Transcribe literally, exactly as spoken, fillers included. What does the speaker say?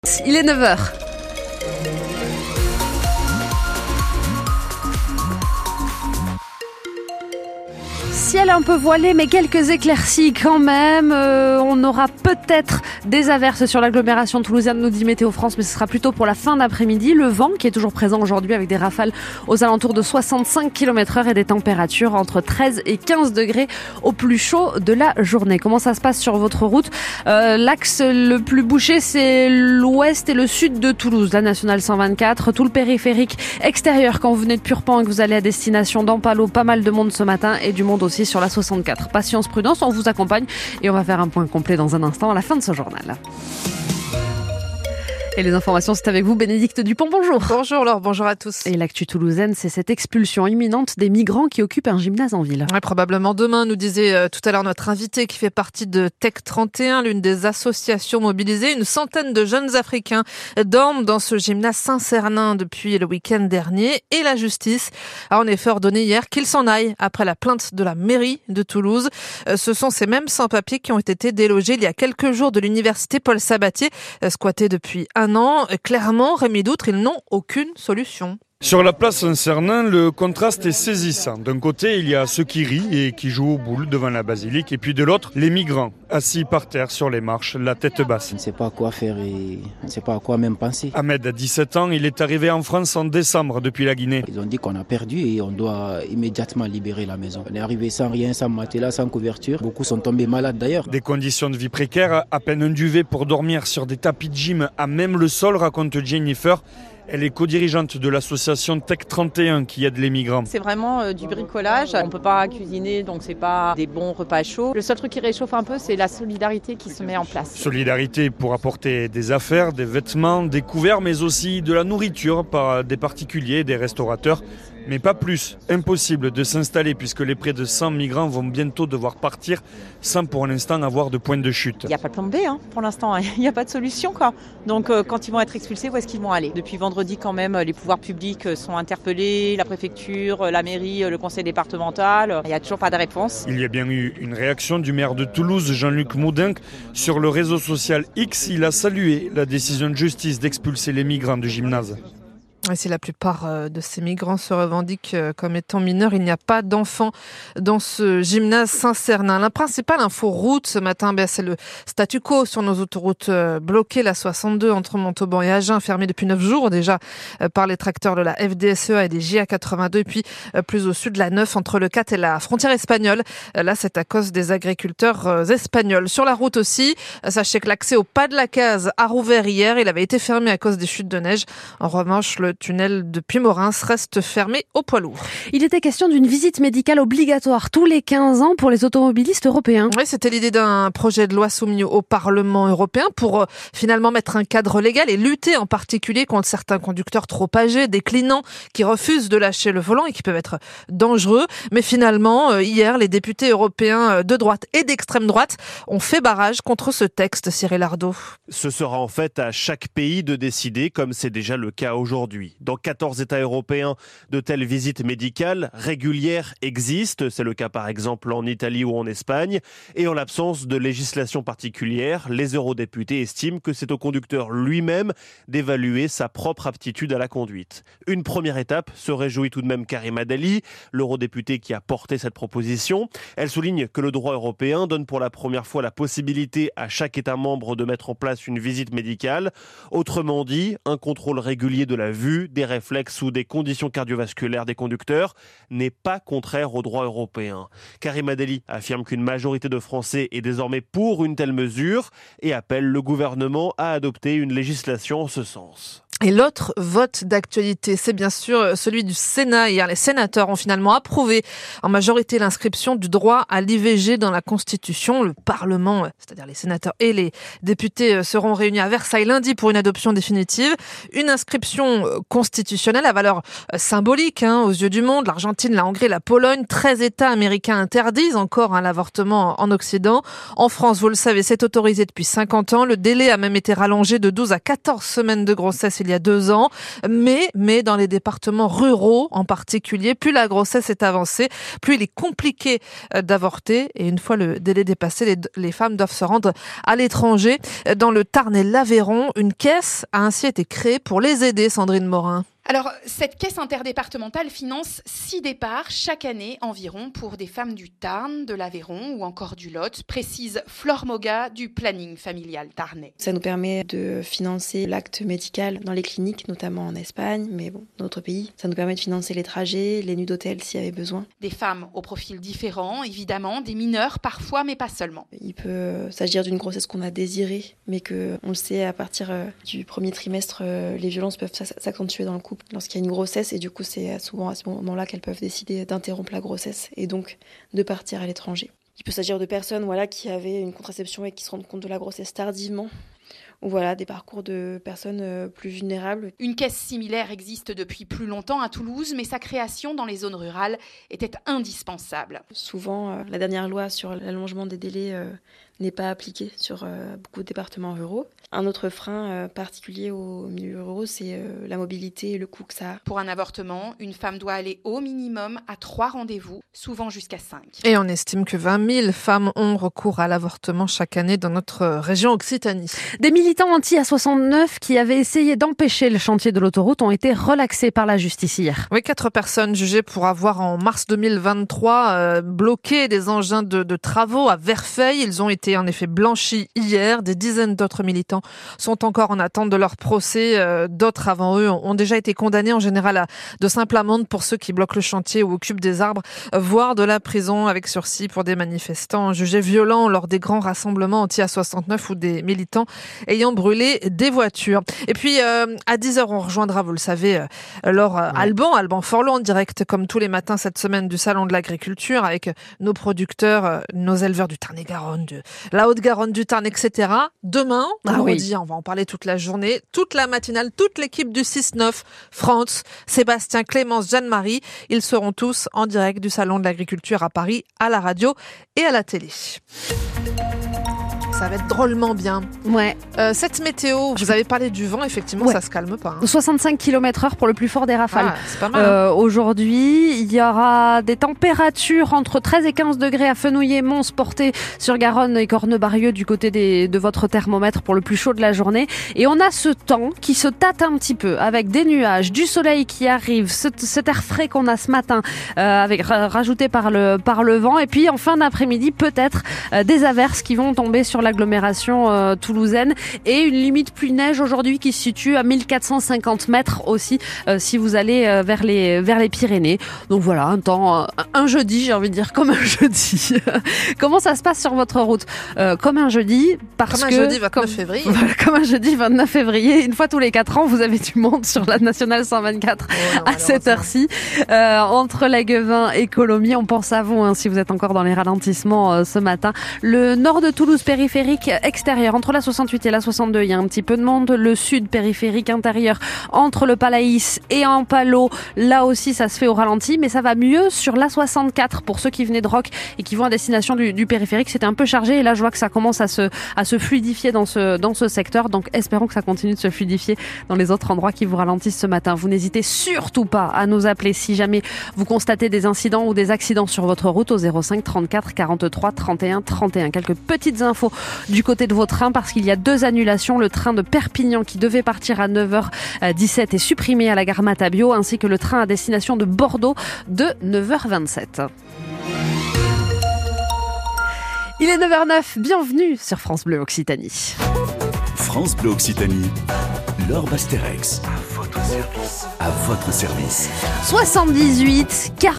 Il est neuf heures. Ciel un peu voilé, mais quelques éclaircies quand même. Euh, on aura peut-être des averses sur l'agglomération toulousaine, nous dit Météo France, mais ce sera plutôt pour la fin d'après-midi. Le vent qui est toujours présent aujourd'hui avec des rafales aux alentours de soixante-cinq kilomètres heure et des températures entre treize et quinze degrés au plus chaud de la journée. Comment ça se passe sur votre route ? euh, L'axe le plus bouché, c'est l'ouest et le sud de Toulouse, la nationale cent vingt-quatre, tout le périphérique extérieur quand vous venez de Purpan et que vous allez à destination d'Ampalo. Pas mal de monde ce matin et du monde aussi sur la soixante-quatre. Patience, prudence, on vous accompagne et on va faire un point complet dans un instant à la fin de ce journal. Et les informations, c'est avec vous, Bénédicte Dupont. Bonjour. Bonjour Laure, bonjour à tous. Et l'actu toulousaine, c'est cette expulsion imminente des migrants qui occupent un gymnase en ville. Ouais, probablement demain, nous disait euh, tout à l'heure notre invité qui fait partie de Tech trente et un, l'une des associations mobilisées. Une centaine de jeunes Africains dorment dans ce gymnase Saint-Cernin depuis le week-end dernier. Et la justice a en effet ordonné hier qu'ils s'en aillent après la plainte de la mairie de Toulouse. Euh, ce sont ces mêmes sans-papiers qui ont été délogés il y a quelques jours de l'université Paul Sabatier, euh, squattée depuis un Un an. Clairement, Rémi Doutre, ils n'ont aucune solution. Sur la place Saint-Cernin, le contraste est saisissant. D'un côté, il y a ceux qui rient et qui jouent aux boules devant la basilique, et puis de l'autre, les migrants, assis par terre sur les marches, la tête basse. On ne sait pas à quoi faire et on ne sait pas à quoi même penser. Ahmed a dix-sept ans, il est arrivé en France en décembre depuis la Guinée. Ils ont dit qu'on a perdu et on doit immédiatement libérer la maison. On est arrivé sans rien, sans matelas, sans couverture. Beaucoup sont tombés malades d'ailleurs. Des conditions de vie précaires, à peine un duvet pour dormir sur des tapis de gym à même le sol, raconte Jennifer. Elle est co-dirigeante de l'association Tech trente et un qui aide les migrants. C'est vraiment euh, du bricolage. On ne peut pas cuisiner, donc c'est pas des bons repas chauds. Le seul truc qui réchauffe un peu, c'est la solidarité qui se met en place. Solidarité pour apporter des affaires, des vêtements, des couverts, mais aussi de la nourriture par des particuliers, des restaurateurs. Mais pas plus. Impossible de s'installer puisque les près de cent migrants vont bientôt devoir partir sans pour l'instant avoir de point de chute. Il n'y a pas de plan B hein, pour l'instant, il n'y a pas de solution. Quoi. Donc euh, quand ils vont être expulsés, où est-ce qu'ils vont aller ? Depuis vendredi quand même, les pouvoirs publics sont interpellés, la préfecture, la mairie, le conseil départemental. Il n'y a toujours pas de réponse. Il y a bien eu une réaction du maire de Toulouse, Jean-Luc Moudinque. Sur le réseau social X, il a salué la décision de justice d'expulser les migrants du gymnase. Et si la plupart de ces migrants se revendiquent comme étant mineurs, il n'y a pas d'enfants dans ce gymnase Saint-Cernin. La principale info route ce matin, ben, c'est le statu quo sur nos autoroutes bloquées. La soixante-deux entre Montauban et Agen, fermée depuis neuf jours déjà par les tracteurs de la F D S E A et des J A quatre-vingt-deux. Et puis plus au sud, la neuf entre le quatre et la frontière espagnole. Là, c'est à cause des agriculteurs espagnols. Sur la route aussi, sachez que l'accès au pas de la Case a rouvert hier. Il avait été fermé à cause des chutes de neige. En revanche, le Le tunnel de Puy-Morins reste fermé aux poids lourds. Il était question d'une visite médicale obligatoire tous les quinze ans pour les automobilistes européens. Oui, c'était l'idée d'un projet de loi soumis au Parlement européen pour euh, finalement mettre un cadre légal et lutter en particulier contre certains conducteurs trop âgés, déclinants, qui refusent de lâcher le volant et qui peuvent être dangereux. Mais finalement, euh, hier, les députés européens de droite et d'extrême droite ont fait barrage contre ce texte, Cyril Ardo. Ce sera en fait à chaque pays de décider, comme c'est déjà le cas aujourd'hui. Dans quatorze États européens, de telles visites médicales régulières existent. C'est le cas par exemple en Italie ou en Espagne. Et en l'absence de législation particulière, les eurodéputés estiment que c'est au conducteur lui-même d'évaluer sa propre aptitude à la conduite. Une première étape, se réjouit tout de même Karima Delli, l'eurodéputée qui a porté cette proposition. Elle souligne que le droit européen donne pour la première fois la possibilité à chaque État membre de mettre en place une visite médicale. Autrement dit, un contrôle régulier de la vue, des réflexes ou des conditions cardiovasculaires des conducteurs n'est pas contraire au droit européen. Karima Delli affirme qu'une majorité de Français est désormais pour une telle mesure et appelle le gouvernement à adopter une législation en ce sens. Et l'autre vote d'actualité, c'est bien sûr celui du Sénat. Hier, les sénateurs ont finalement approuvé en majorité l'inscription du droit à l'I V G dans la Constitution. Le Parlement, c'est-à-dire les sénateurs et les députés, seront réunis à Versailles lundi pour une adoption définitive. Une inscription constitutionnelle à valeur symbolique hein, aux yeux du monde. L'Argentine, la Hongrie, la Pologne, treize États américains interdisent encore hein, l'avortement en Occident. En France, vous le savez, c'est autorisé depuis cinquante ans. Le délai a même été rallongé de douze à quatorze semaines de grossesse il y y a deux ans. Mais, mais dans les départements ruraux en particulier, plus la grossesse est avancée, plus il est compliqué d'avorter. Et une fois le délai dépassé, les, les femmes doivent se rendre à l'étranger. Dans le Tarn et l'Aveyron, une caisse a ainsi été créée pour les aider, Sandrine Morin. Alors, cette caisse interdépartementale finance six départs chaque année environ pour des femmes du Tarn, de l'Aveyron ou encore du Lot, précise Flore Moga du planning familial tarnais. Ça nous permet de financer l'acte médical dans les cliniques, notamment en Espagne, mais bon, dans d'autres pays. Ça nous permet de financer les trajets, les nuits d'hôtel s'il y avait besoin. Des femmes aux profils différents, évidemment, des mineurs parfois, mais pas seulement. Il peut s'agir d'une grossesse qu'on a désirée, mais que, on le sait, à partir du premier trimestre, les violences peuvent s'accentuer dans le couple. Lorsqu'il y a une grossesse, et du coup c'est souvent à ce moment-là qu'elles peuvent décider d'interrompre la grossesse et donc de partir à l'étranger. Il peut s'agir de personnes voilà, qui avaient une contraception et qui se rendent compte de la grossesse tardivement, ou voilà, des parcours de personnes plus vulnérables. Une caisse similaire existe depuis plus longtemps à Toulouse, mais sa création dans les zones rurales était indispensable. Souvent, la dernière loi sur l'allongement des délais n'est pas appliquée sur beaucoup de départements ruraux. Un autre frein euh, particulier aux milieux ruraux, c'est euh, la mobilité et le coût que ça a. Pour un avortement, une femme doit aller au minimum à trois rendez-vous, souvent jusqu'à cinq. Et on estime que vingt mille femmes ont recours à l'avortement chaque année dans notre région Occitanie. Des militants anti-A soixante-neuf qui avaient essayé d'empêcher le chantier de l'autoroute ont été relaxés par la justice hier. Oui, quatre personnes jugées pour avoir en mars deux mille vingt-trois euh, bloqué des engins de, de travaux à Verfeil. Ils ont été en effet blanchis hier. Des dizaines d'autres militants sont encore en attente de leur procès. Euh, d'autres avant eux ont déjà été condamnés en général à de simples amendes pour ceux qui bloquent le chantier ou occupent des arbres, euh, voire de la prison avec sursis pour des manifestants jugés violents lors des grands rassemblements anti-A soixante-neuf ou des militants ayant brûlé des voitures. Et puis euh, à dix heures, on rejoindra, vous le savez, euh, Laure euh, Alban, Alban Forlot en direct comme tous les matins cette semaine du Salon de l'Agriculture avec nos producteurs, euh, nos éleveurs du Tarn-et-Garonne, de la Haute-Garonne, du Tarn, et cetera. Demain, ah oui. Dit, on va en parler toute la journée, toute la matinale, toute l'équipe du six neuf, France, Sébastien, Clémence, Jeanne-Marie, ils seront tous en direct du Salon de l'Agriculture à Paris, à la radio et à la télé. Ça va être drôlement bien. Ouais. Euh, cette météo, vous avez parlé du vent, effectivement, ouais. Ça se calme pas. Hein. soixante-cinq kilomètres heure pour le plus fort des rafales. Ah, c'est pas mal. Euh, hein. Aujourd'hui, il y aura des températures entre treize et quinze degrés à Fenouillet, Mons, Portet, sur Garonne et Cornebarieux du côté des, de votre thermomètre pour le plus chaud de la journée. Et on a ce temps qui se tâte un petit peu avec des nuages, du soleil qui arrive, ce, cet air frais qu'on a ce matin, euh, avec rajouté par le, par le vent. Et puis en fin d'après-midi, peut-être euh, des averses qui vont tomber sur l'agglomération euh, toulousaine et une limite pluie-neige aujourd'hui qui se situe à mille quatre cent cinquante mètres aussi euh, si vous allez euh, vers les vers les Pyrénées. Donc voilà, un temps, euh, un jeudi, j'ai envie de dire comme un jeudi. Comment ça se passe sur votre route euh, Comme un jeudi, parce comme que un jeudi vingt-neuf comme, février. Voilà, comme un jeudi vingt-neuf février, une fois tous les quatre ans, vous avez du monde sur la nationale cent vingt-quatre oh non, à cette heure-ci euh, entre Laguevin et Colomiers. On pense à vous hein, si vous êtes encore dans les ralentissements euh, ce matin. Le nord de Toulouse périphérique extérieur entre la soixante-huit et la soixante-deux, il y a un petit peu de monde. Le sud périphérique intérieur entre le Palaïs et Ampalo, là aussi ça se fait au ralenti, mais ça va mieux sur la soixante-quatre pour ceux qui venaient de Roc et qui vont à destination du, du périphérique. C'était un peu chargé et là je vois que ça commence à se à se fluidifier dans ce dans ce secteur. Donc espérons que ça continue de se fluidifier dans les autres endroits qui vous ralentissent ce matin. Vous n'hésitez surtout pas à nous appeler si jamais vous constatez des incidents ou des accidents sur votre route au zéro cinq trente-quatre quarante-trois trente et un trente et un. Quelques petites infos du côté de vos trains parce qu'il y a deux annulations. Le train de Perpignan qui devait partir à neuf heures dix-sept est supprimé à la gare Matabio, ainsi que le train à destination de Bordeaux de neuf heures vingt-sept. Il est neuf heures neuf, bienvenue sur France Bleu Occitanie. France Bleu Occitanie, Laure Basterex. À votre service. À votre service. soixante-dix-huit, quarante